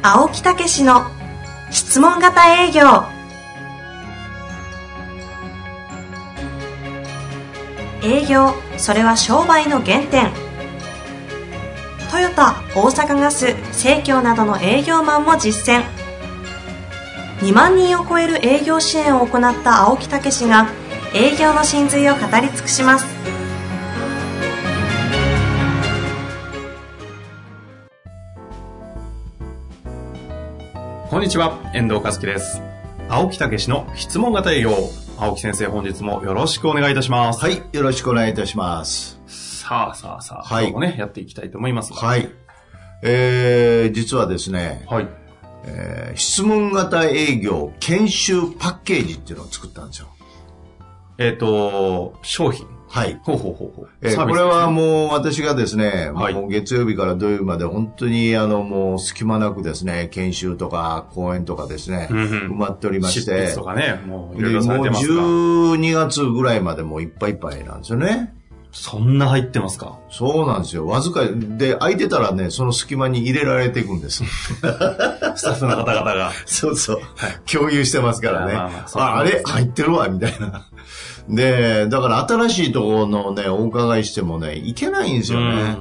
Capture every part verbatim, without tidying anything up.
青木武氏の質問型営業。営業、それは商売の原点。トヨタ、大阪ガス、生協などの営業マンも実践。にまんにんを超える営業支援を行った青木武氏が営業の真髄を語り尽くします。 こんにちは、遠藤和樹です。青木武の質問型営業。青木先生、本日もよろしくお願いいたします。 はい、よろしくお願いいたします。 さあさあさあ、 はい、 今日もね、やっていきたいと思いますが。 はい。えー、実はですね、 はい。 えー、質問型営業研修パッケージっていうのを作ったんですよ。 えっと、商品。 はい。 ほうほうほうほう。 えー、これはもう私がですね、 はい、 もう月曜日から土曜日まで本当にあのもう隙間なくですね、研修とか講演とかですね、うんうん、埋まっておりまして。 執筆とかね、もういろいろされてますが。 もうじゅうにがつぐらいまでもういっぱいいっぱいなんですよね。 そんな入ってますか？ そうなんですよ。わずかで空いてたらね、その隙間に入れられていくんです。 スタッフの方々が。 そうそう。はい、共有してますからね。 まあまああ、あれ入ってるわ、みたいな。で、だから新しいところのね、お伺いしてもね、いけないんですよね。うんうんうん、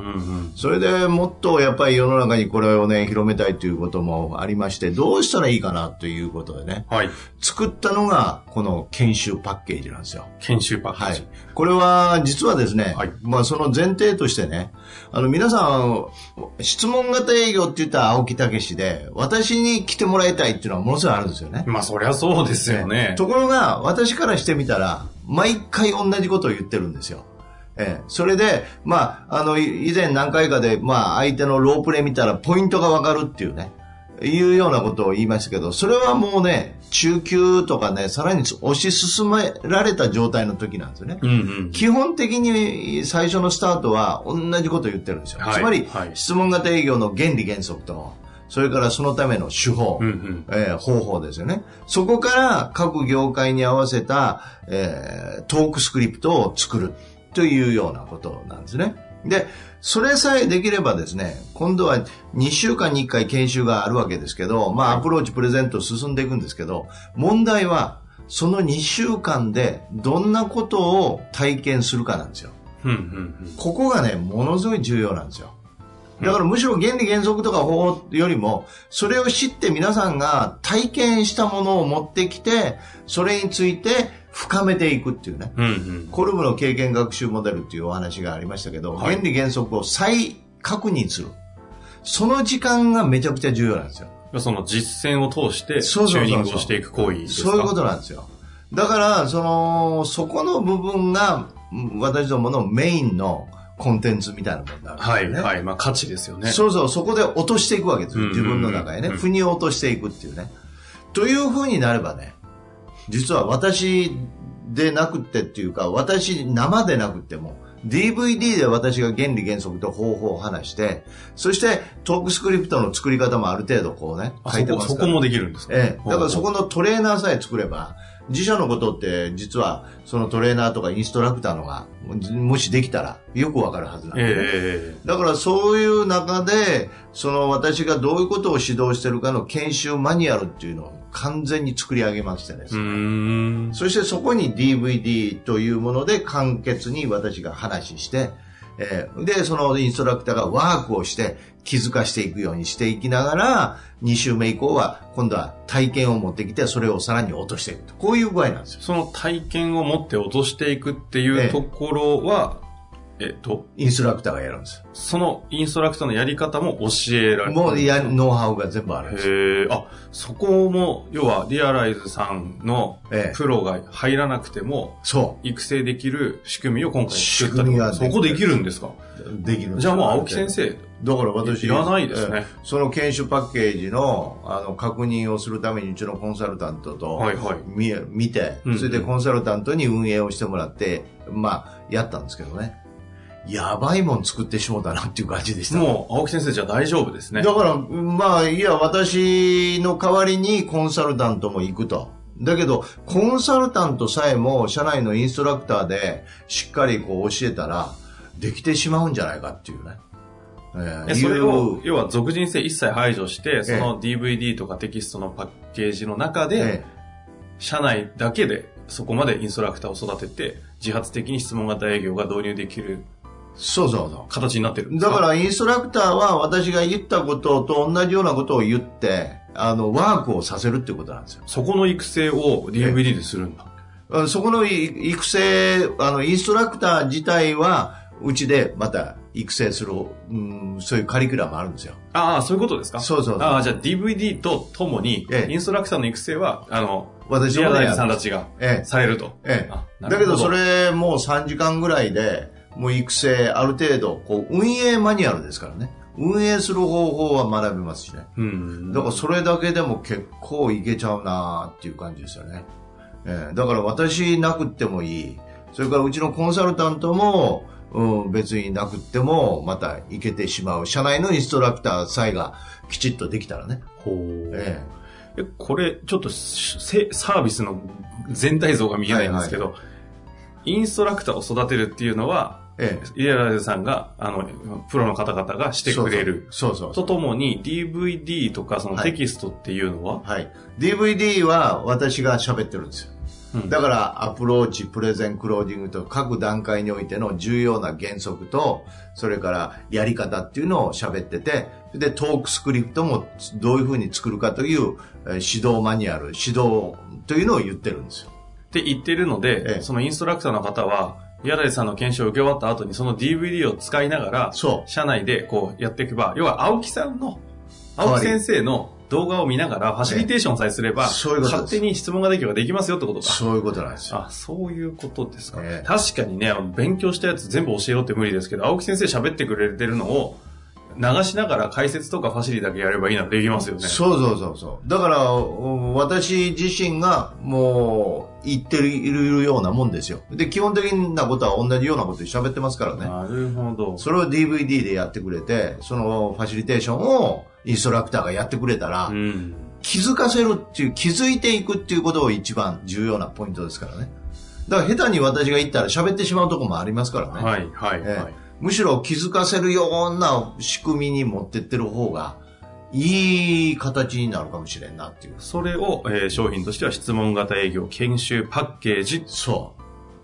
それでもっとやっぱり世の中にこれをね、広めたいということもありまして、どうしたらいいかなということでね、はい、作ったのがこの研修パッケージなんですよ。 研修パッケージ。はい。 これは実はですね、はい、まあその前提としてね、あの皆さん、質問型営業って言ったら青木武で、私に来てもらいたいっていうのはものすごいあるんですよね。 まあそりゃそうですよね。 ね、ところが私からしてみたら、毎回同じことを言ってるんですよ。ええ、それで、まあ、あの、以前何回かで、まあ、相手のロープレ見たらポイントがわかるっていうね、いうようなことを言いましたけど、それはもうね、中級とかね、さらに推し進められた状態の時なんですよね。うんうん、基本的に最初のスタートは同じことを言ってるんですよ。はい、つまり、はい、質問型営業の原理原則と、それからそのための手法、うんうんえー、方法ですよね。そこから各業界に合わせた、えー、トークスクリプトを作るというようなことなんですね。で、それさえできればですね、今度はにしゅうかんにいっかい研修があるわけですけど、まあアプローチプレゼント進んでいくんですけど、問題はそのにしゅうかんでどんなことを体験するかなんですよ。うんうんうん、ここがね、ものすごい重要なんですよ。だからむしろ原理原則とか方法よりも、それを知って皆さんが体験したものを持ってきて、それについて深めていくっていうね。うんうん、コルブの経験学習モデルっていうお話がありましたけど、はい、原理原則を再確認する。その時間がめちゃくちゃ重要なんですよ。 その実践を通してチューニングをしていく行為ですか？ そういうことなんですよ。だから、その、そこの部分が私どものメインのコンテンツみたいなものになるんですよね。 はい、はい。まあ価値ですよね。 そうそう、そこで落としていくわけですよ。自分の中へね。腑に落としていくっていうね。という風になればね、実は私でなくってっていうか、私生でなくっても、ディーブイディー で私が原理原則と方法を話して、そしてトークスクリプトの作り方もある程度こうね、書いてますから。 そこ、そこもできるんですか？ ええ。だからそこのトレーナーさえ作れば、自社のことって実はそのトレーナーとかインストラクターのがもしできたらよくわかるはずなんで、ねえー、だからそういう中でその私がどういうことを指導してるかの研修マニュアルっていうのを完全に作り上げましてですね、うーん、そしてそこに ディーブイディー というもので簡潔に私が話して、えー、でそのインストラクターがワークをして気づかしていくようにしていきながらに週目以降は今度は体験を持ってきてそれをさらに落としていくと、こういう具合なんですよ。 その体験を持って落としていくっていうところは、ええっとインストラクターがやるんです。 そのインストラクターのやり方も教えられる。 もうやノウハウが全部あるんですよ。 へえ。あ、そこも要はリアライズさんのプロが入らなくても、そう、育成できる仕組みを今回作ったと。そこできるんですか？ できるんです。 じゃあもう青木先生、 だから私いらないですね。 その研修パッケージのあの確認をするためにうちのコンサルタントと、はいはい、見, 見て、それでコンサルタントに運営をしてもらって、まあやったんですけどね。やばいもん作ってしもうたなっていう感じでした。 もう青木先生じゃ大丈夫ですね。 だからまあいや私の代わりにコンサルタントも行くと。だけどコンサルタントさえも社内のインストラクターでしっかりこう教えたらできてしまうんじゃないかっていうね。 えー、それを、要は属人性一切排除して、その ディーブイディー とかテキストのパッケージの中で、えー、社内だけでそこまでインストラクターを育てて、自発的に質問型営業が導入できる。 そうそうそう。 形になってるんですか？ だからインストラクターは私が言ったことと同じようなことを言って、あの、ワークをさせるっていうことなんですよ。 そこの育成を ディーブイディー でするんだ。 そこの育成、あの、インストラクター自体は、うちでまた育成する、うん、そういうカリキュラムあるんですよ。 ああ、そういうことですか？ そうそうそう。 ああ、じゃあ ディーブイディー とともに、ええ、インストラクターの育成は、あの、 私リアライズさんたちがされると。 ええ。ええ、だけどそれもうさんじかんぐらいで、もう育成ある程度、こう、運営マニュアルですからね。運営する方法は学べますしね。うん。だからそれだけでも結構いけちゃうなっていう感じですよね。ええ、だから私なくってもいい。それからうちのコンサルタントも、うん、別になくってもまたいけてしまう。社内のインストラクターさえがきちっとできたらね。ほう。 ええ、これちょっとサービスの全体像が見えないんですけど、はいはい、インストラクターを育てるっていうのは、ええ、リアライズさんが、あの、プロの方々がしてくれる。 そうそう。そうそうとともに ディーブイディー とかそのテキストっていうのは、 はい、はい。ディーブイディー は私が喋ってるんですよ。うん、だからアプローチ、プレゼン、クロージングと各段階においての重要な原則と、それからやり方っていうのを喋ってて、で、トークスクリプトもどういうふうに作るかという指導マニュアル、指導というのを言ってるんですよ。 って言ってるので、ええ、そのインストラクターの方は、リアライズさんの研修を受け終わった後にその ディーブイディー を使いながら、社内でこうやっていけば、要は青木さんの、青木先生の動画を見ながらファシリテーションさえすれば、そういうこと勝手に質問ができればできますよってことか。 そういうことなんですよ。 あ、そういうことですか。えー、確かにね、勉強したやつ全部教えろって無理ですけど、青木先生喋ってくれてるのを流しながら解説とかファシリだけやればいいならできますよね。 そうそうそうそう。だから、私自身がもう言っているようなもんですよ。で、基本的なことは同じようなことで喋ってますからね。 なるほど。 それを ディーブイディー でやってくれて、そのファシリテーションをインストラクターがやってくれたら、うん、気づかせるっていう、気づいていくっていうことを一番重要なポイントですからね。だから下手に私が言ったら喋ってしまうところもありますからね。 はい、はい、 えーはい。 むしろ気づかせるような仕組みに持ってってる方がいい形になるかもしれんなっていう。 それを、えー、商品としては質問型営業研修パッケージ。 そう。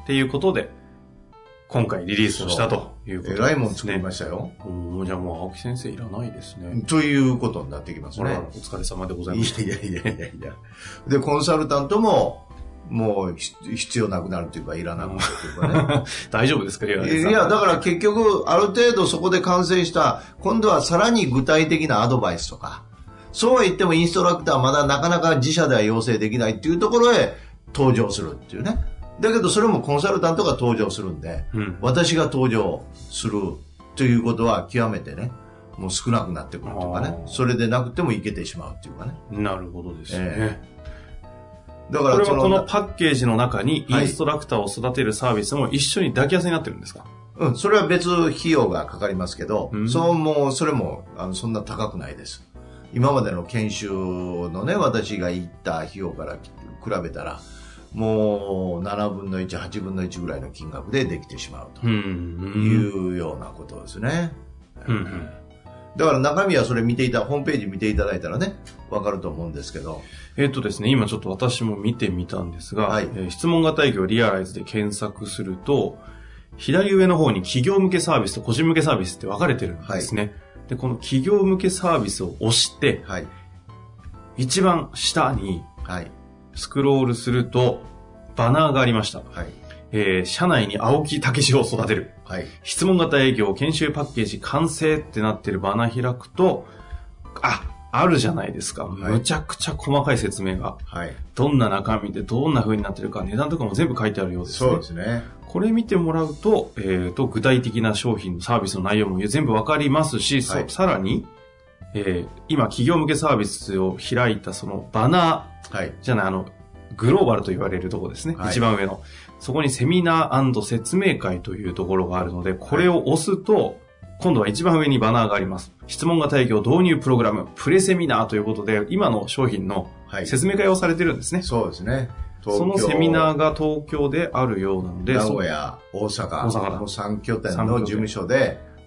っていうことで、今回リリースをしたということですね。 えらいもん作りましたよ。 うん、じゃあもう青木先生いらないですね。 ということになってきますね。 お疲れ様でございます。 いやいやいやいやいや。で、コンサルタントも、もう必要なくなるというか、いらなくなるというかね。 大丈夫ですか？いや、だから結局、ある程度そこで完成した、今度はさらに具体的なアドバイスとか、そうは言ってもインストラクターはまだなかなか自社では要請できないっていうところへ登場するっていうね。だけどそれもコンサルタントが登場するんで、うん、私が登場するということは極めてね、もう少なくなってくるというかね、それでなくてもいけてしまうっていうかね。 なるほどですね。えー、 だからこれはこのパッケージの中にインストラクターを育てるサービスも一緒に抱き合わせになってるんですか？ うん、それは別費用がかかりますけど、うん、そうもうそれもあのそんな高くないです。今までの研修のね、私が行った費用から比べたら、もうななぶんのいち、はちぶんのいちぐらいの金額でできてしまうというようなことですね。うんうん、だから中身はそれ見ていた、ホームページ見ていただいたらね、わかると思うんですけど。 えっとですね、今ちょっと私も見てみたんですが、はい、えー、質問型営業リアライズで検索すると、左上の方に企業向けサービスと個人向けサービスって分かれてるんですね。はい、で、この企業向けサービスを押して、はい、一番下にスクロールするとバナーがありました。はい、えー、社内に青木武史を育てる。はい、質問型営業研修パッケージ完成ってなってるバナー開くと、あ、あるじゃないですか。はい、むちゃくちゃ細かい説明が。はい、どんな中身でどんな風になってるか、値段とかも全部書いてあるようですね。 そうですね。 これ見てもらうと、えーと、具体的な商品のサービスの内容も全部わかりますし、はい、さらに、えー、今企業向けサービスを開いたそのバナー、はい、じゃない、あの、グローバルと言われるところですね。はい、一番上の。そこにセミナー&説明会というところがあるので、これを押すと、今度は一番上にバナーがあります。質問型営業導入プログラム、プレセミナーということで、今の商品の説明会をされてるんですね。 はい、そうですね。 そのセミナーが東京であるようなので、 名古屋、大阪、大阪のさん拠点の事務所で、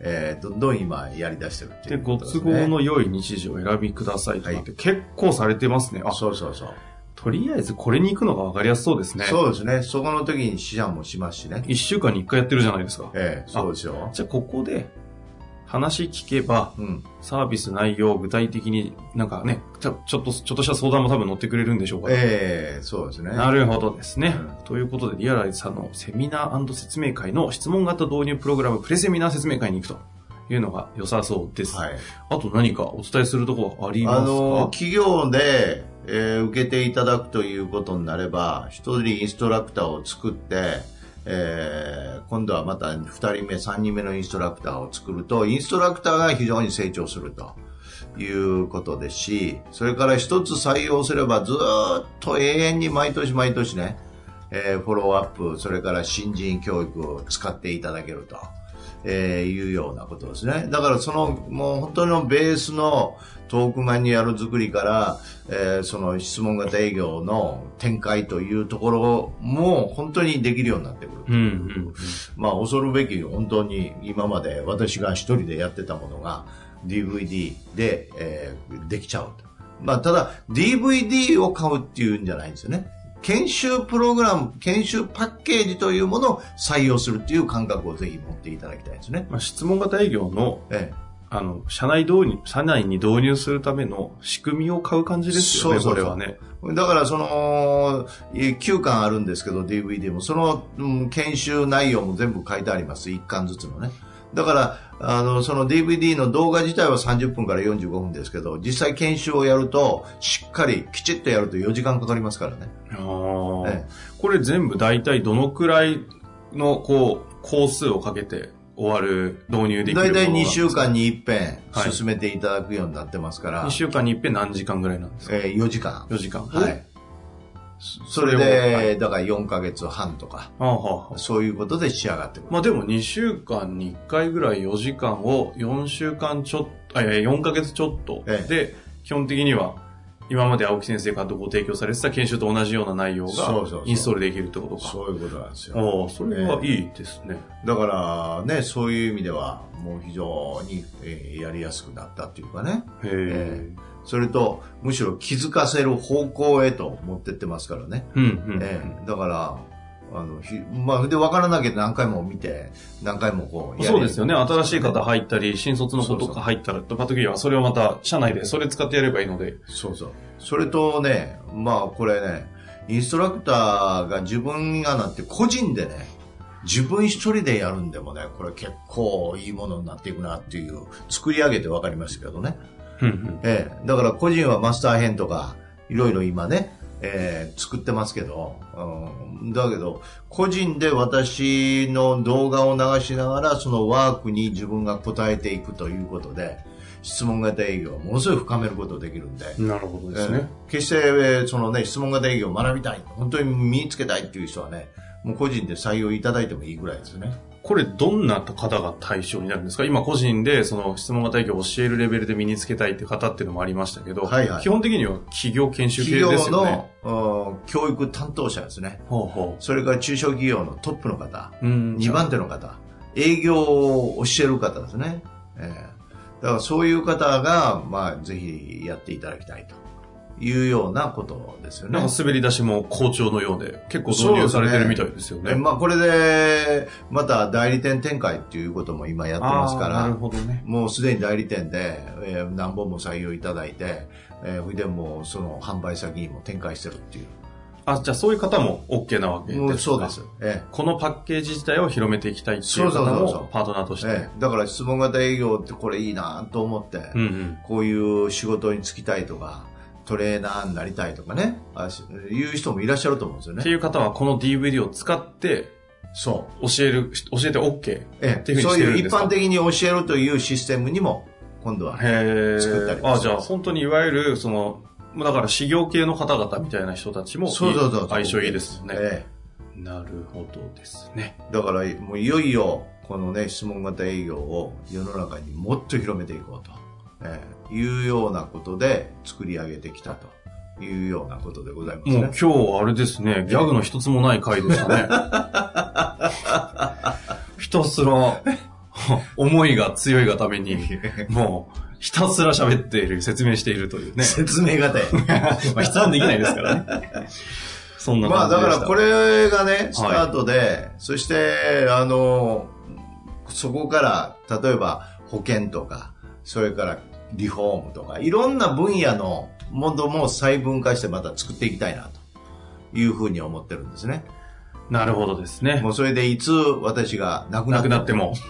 えー、どんどん今やり出してるっていうで、ごことですね。 都合の良い日時を選びくださいとかって結構されてますね。 あ、そうそうそう。 とりあえずこれに行くのが分かりやすそうですね。 そうですね。そこの時に試写もしますしね。 一週間に一回やってるじゃないですか。 ええ、そうですよ。 じゃあここで話聞けば、 うん、 サービス内容を具体的になんかね、ちょ、ちょっと、ちょっとした相談も多分乗ってくれるんでしょうか。 ええ、そうですね。 なるほどですね。 うん、 ということで、リアライズさんのセミナー&説明会の質問型導入プログラムプレセミナー説明会に行くというのが良さそうです。はい。あと何かお伝えするところはありますか？あの、 企業で、えー、受けていただくということになれば、一人インストラクターを作って、えー、今度はまた二人目、三人目のインストラクターを作ると、インストラクターが非常に成長するということですし、それから一つ採用すればずっと永遠に毎年毎年ね、えー、フォローアップ、それから新人教育を使っていただけると。えー、いうようなことですね。だからそのもう本当のベースのトークマニュアル作りから、えー、その質問型営業の展開というところも本当にできるようになってくる。 うんうんうん、 まあ恐るべき本当に今まで私が一人でやってたものが ディーブイディー で、えー、できちゃうと。まあただ ディーブイディー を買うっていうんじゃないんですよね。研修プログラム、研修パッケージというものを採用するっていう感覚をぜひ持っていただきたいですね。 まあ、質問型営業の、ええ、あの、社内導入、社内に導入するための仕組みを買う感じですよね、 そうそうそう、 これはね。 だからその、きゅうかんあるんですけど、ディーブイディー も、その、うん、研修内容も全部書いてあります。いっかんずつのね。だから、あの、その ディーブイディー の動画自体はさんじゅっぷんからよんじゅうごふんですけど、実際研修をやると、しっかりきちっとやるとよじかんかかりますからね。 ああ、ええ、これ全部大体どのくらいの、こう、工数をかけて終わる、導入できるものなんですか？大体にしゅうかんに一遍進めていただくようになってますから。 はい、にしゅうかんに一遍何時間ぐらいなんですか？ えー、よじかん。 よじかん。 はい。それで、はい、だからよんかげつはんとか、はあはあ、そういうことで仕上がってくる。 まあでもにしゅうかんにいっかいぐらいよじかんをよんしゅうかんちょっと、あ、いやよんかげつちょっとで、ええ、基本的には今まで青木先生からご提供されてた研修と同じような内容がインストールできるってことか。 そういうことなんですよ。 ああ、それはいいですね。 えー、だからね、そういう意味ではもう非常に、えー、やりやすくなったっていうかね。へえーそれと、むしろ気づかせる方向へと持ってってますからね。 うんうんうんえー、だから、あの、ひまあ、で、分からなきゃ何回も見て、何回もこう、 そうですよね。新しい方入ったり、新卒の子とか入ったらとか時は、それをまた、社内でそれ使ってやればいいので。 そうそう。それとね、まあ、これね、インストラクターが自分がなって個人でね、自分一人でやるんでもね、これ結構いいものになっていくなっていう、作り上げて分かりましたけどね。 うんうんええ、だから個人はマスター編とかいろいろ今ね、えー、作ってますけど、うん、だけど個人で私の動画を流しながらそのワークに自分が答えていくということで質問型営業をものすごい深めることができるんで。 なるほどですね。 えー、決して、えー、そのね質問型営業を学びたい、本当に身につけたいっていう人はね、もう個人で採用いただいてもいいぐらいですね。 これどんな方が対象になるんですか？今個人でその質問型営業を教えるレベルで身につけたいって方っていうのもありましたけど、はいはい、基本的には企業研修系ですよね。 企業の教育担当者ですね。ほうほう。それから中小企業のトップの方、うん、にばん手の方、営業を教える方ですね。えー、だからそういう方が、まあ、ぜひやっていただきたいと。いうようなことですよね。 なんか滑り出しも好調のようで、結構導入されてるみたいですよね。 ね、まあこれで、また代理店展開っていうことも今やってますから、 なるほどね、 もうすでに代理店で、えー、何本も採用いただいて、えー、でもその販売先にも展開してるっていう。 あ、じゃあそういう方も OK なわけですか？ そうです。ええ、 このパッケージ自体を広めていきたいっていう方もパートナーとして。 ええ、だから質問型営業ってこれいいなと思って、うんうん、こういう仕事に就きたいとか、トレーナーになりたいとかね、あいう人もいらっしゃると思うんですよね。 っていう方はこの ディーブイディー を使って、そう。教える、教えて OK っていうふうにしてるんですか？そういう一般的に教えるというシステムにも今度は作ったりあ、じゃあ本当にいわゆる、その、だから修行系の方々みたいな人たちも相性いいですよね。ええ、なるほどですね。 だからもういよいよこのね、質問型営業を世の中にもっと広めていこうと。えー、いうようなことで作り上げてきたというようなことでございますね。 もう今日あれですね、ギャグの一つもない回でしたね。ひたすら思いが強いがために、もう、ひたすら喋っている、説明しているというね。 説明がたい。 まあ質問できないですからね。そんな感じでした。 まあだからこれがね、スタートで、はい、そして、あの、そこから、例えば保険とか、それからリフォームとか、いろんな分野のものも細分化してまた作っていきたいな、というふうに思ってるんですね。 なるほどですね。 もうそれでいつ私が亡くなっても。亡くなっても。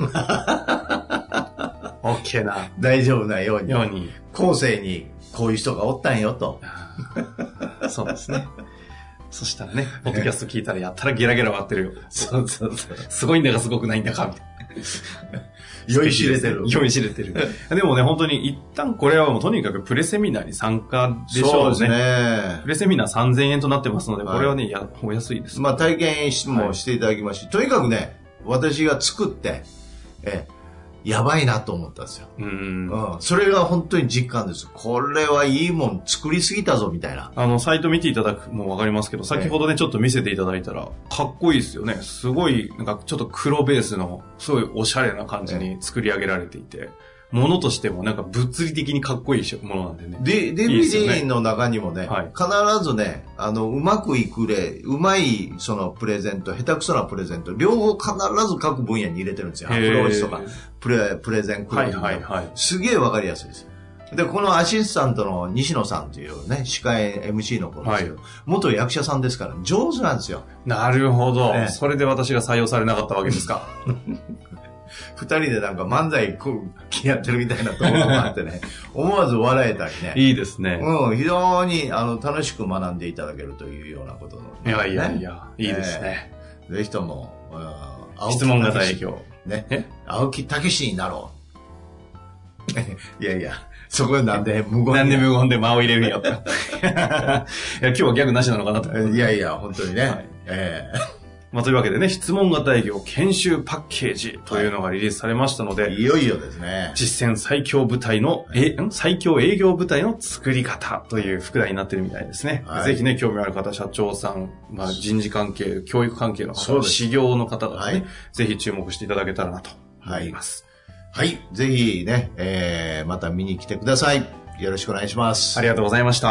オッケーな。 大丈夫なように。 ように。 後世にこういう人がおったんよと。 そうですね。そしたらね、ポッドキャスト聞いたらやったらゲラゲラ笑ってるよ。 そうそうそう。 すごいんだかすごくないんだか、みたいな。 酔いしれてる。 酔いしれてる。でもね、本当に一旦これはもうとにかくプレセミナーに参加でしょうね。そうですね。プレセミナーさんぜんえんとなってますので、これはね、はい、やお安いです。 まあ体験もしていただきますし、はい、とにかくね、私が作って、え、やばいなと思ったんですよ。うん、うん。それが本当に実感です。これはいいもん作りすぎたぞみたいな。 あの、サイト見ていただくもわかりますけど、先ほどね、ちょっと見せていただいたら、かっこいいですよね。すごい、なんかちょっと黒ベースの、すごいおしゃれな感じに作り上げられていて、ものとしてもなんか物理的にかっこいいものなんでね。 で、ディーブイディー の中にもね、はい、必ずね、あの、うまくいく例、うまいそのプレゼント、下手くそなプレゼント、両方必ず各分野に入れてるんですよ。アプローチとか、プレ、プレゼンクローズとか。はいはいはい。すげえわかりやすいです。で、このアシスタントの西野さんというね、司会 エムシー の子ですけど、はい、元役者さんですから上手なんですよ。 なるほど、ね。それで私が採用されなかったわけですか。 二人でなんか漫才やってるみたいなところがあってね、思わず笑えたりね。 いいですね。 うん、非常にあの楽しく学んでいただけるというようなことの、 ね。いやいやいや、いいですね。 えー、ぜひとも、 質問型営業。 ね。青木武史になろう。いやいや、そこなんで無言なんで無言で間を入れるんやった。いや、今日はギャグなしなのかなと。 いやいや、本当にね。はい、えーまあ、というわけでね、質問型営業研修パッケージというのがリリースされましたので、 はい、いよいよですね。 実践最強部隊の、え、最強営業部隊の作り方という副題になってるみたいですね。はい、ぜひね、興味ある方、社長さん、まあ、人事関係、教育関係の方、修行の方々ね、はい、ぜひ注目していただけたらなと思います。 はい。はい、ぜひね、えー、また見に来てください。よろしくお願いします。 ありがとうございました。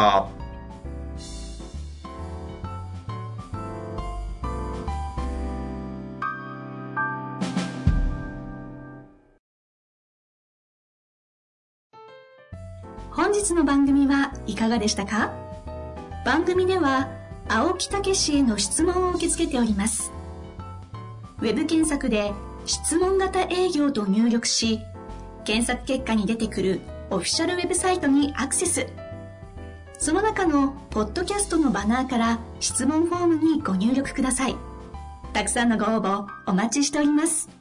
本日の番組はいかがでしたか？番組では青木武氏への質問を受け付けております。ウェブ検索で質問型営業と入力し、検索結果に出てくるオフィシャルウェブサイトにアクセス。その中のポッドキャストのバナーから質問フォームにご入力ください。たくさんのご応募お待ちしております。